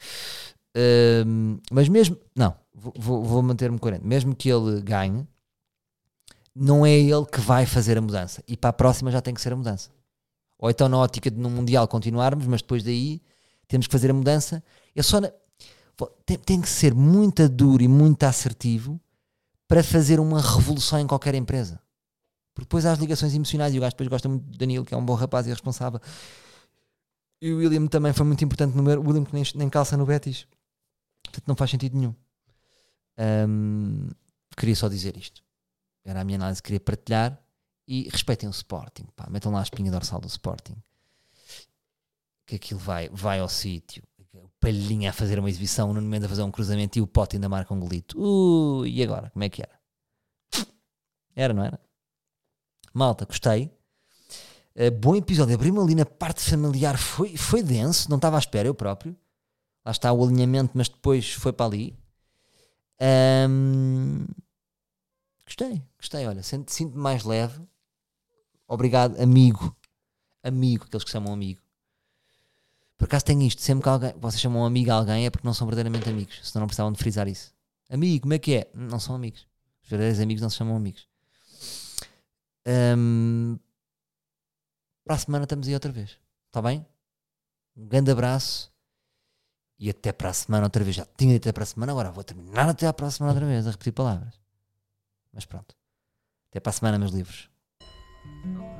Mas mesmo... Não, vou manter-me coerente. Mesmo que ele ganhe, não é ele que vai fazer a mudança. E para a próxima já tem que ser a mudança. Ou então na ótica de no Mundial continuarmos, mas depois daí temos que fazer a mudança. Tem que ser muito duro e muito assertivo para fazer uma revolução em qualquer empresa. Porque depois há as ligações emocionais e o gajo depois gosta muito de Danilo, que é um bom rapaz e responsável. E o William também foi muito importante no meu... O William que nem calça no Betis. Portanto não faz sentido nenhum. Queria só dizer isto. Era a minha análise, queria partilhar. E respeitem o Sporting, pá. Metam lá a espinha dorsal do Sporting. Que aquilo vai ao sítio. O Palhinha a fazer uma exibição, o Nuno Mendes a fazer um cruzamento e o Pote ainda marca um golito. E agora? Como é que era? Era, não era? Malta, gostei. Bom episódio. Abri-me ali na parte familiar. Foi denso, não estava à espera, eu próprio. Lá está o alinhamento, mas depois foi para ali. Gostei, olha, sinto-me mais leve. Obrigado, amigo, aqueles que chamam amigo. Por acaso tem isto, sempre que vocês chamam amigo a alguém é porque não são verdadeiramente amigos, senão não precisavam de frisar isso. Amigo, como é que é? Não são amigos. Os verdadeiros amigos não se chamam amigos. Para a semana estamos aí outra vez, está bem? Um grande abraço e até para a semana outra vez. Já tinha dito até para a semana, agora vou terminar até à próxima outra vez a repetir palavras. Mas pronto, até para a semana, meus livros.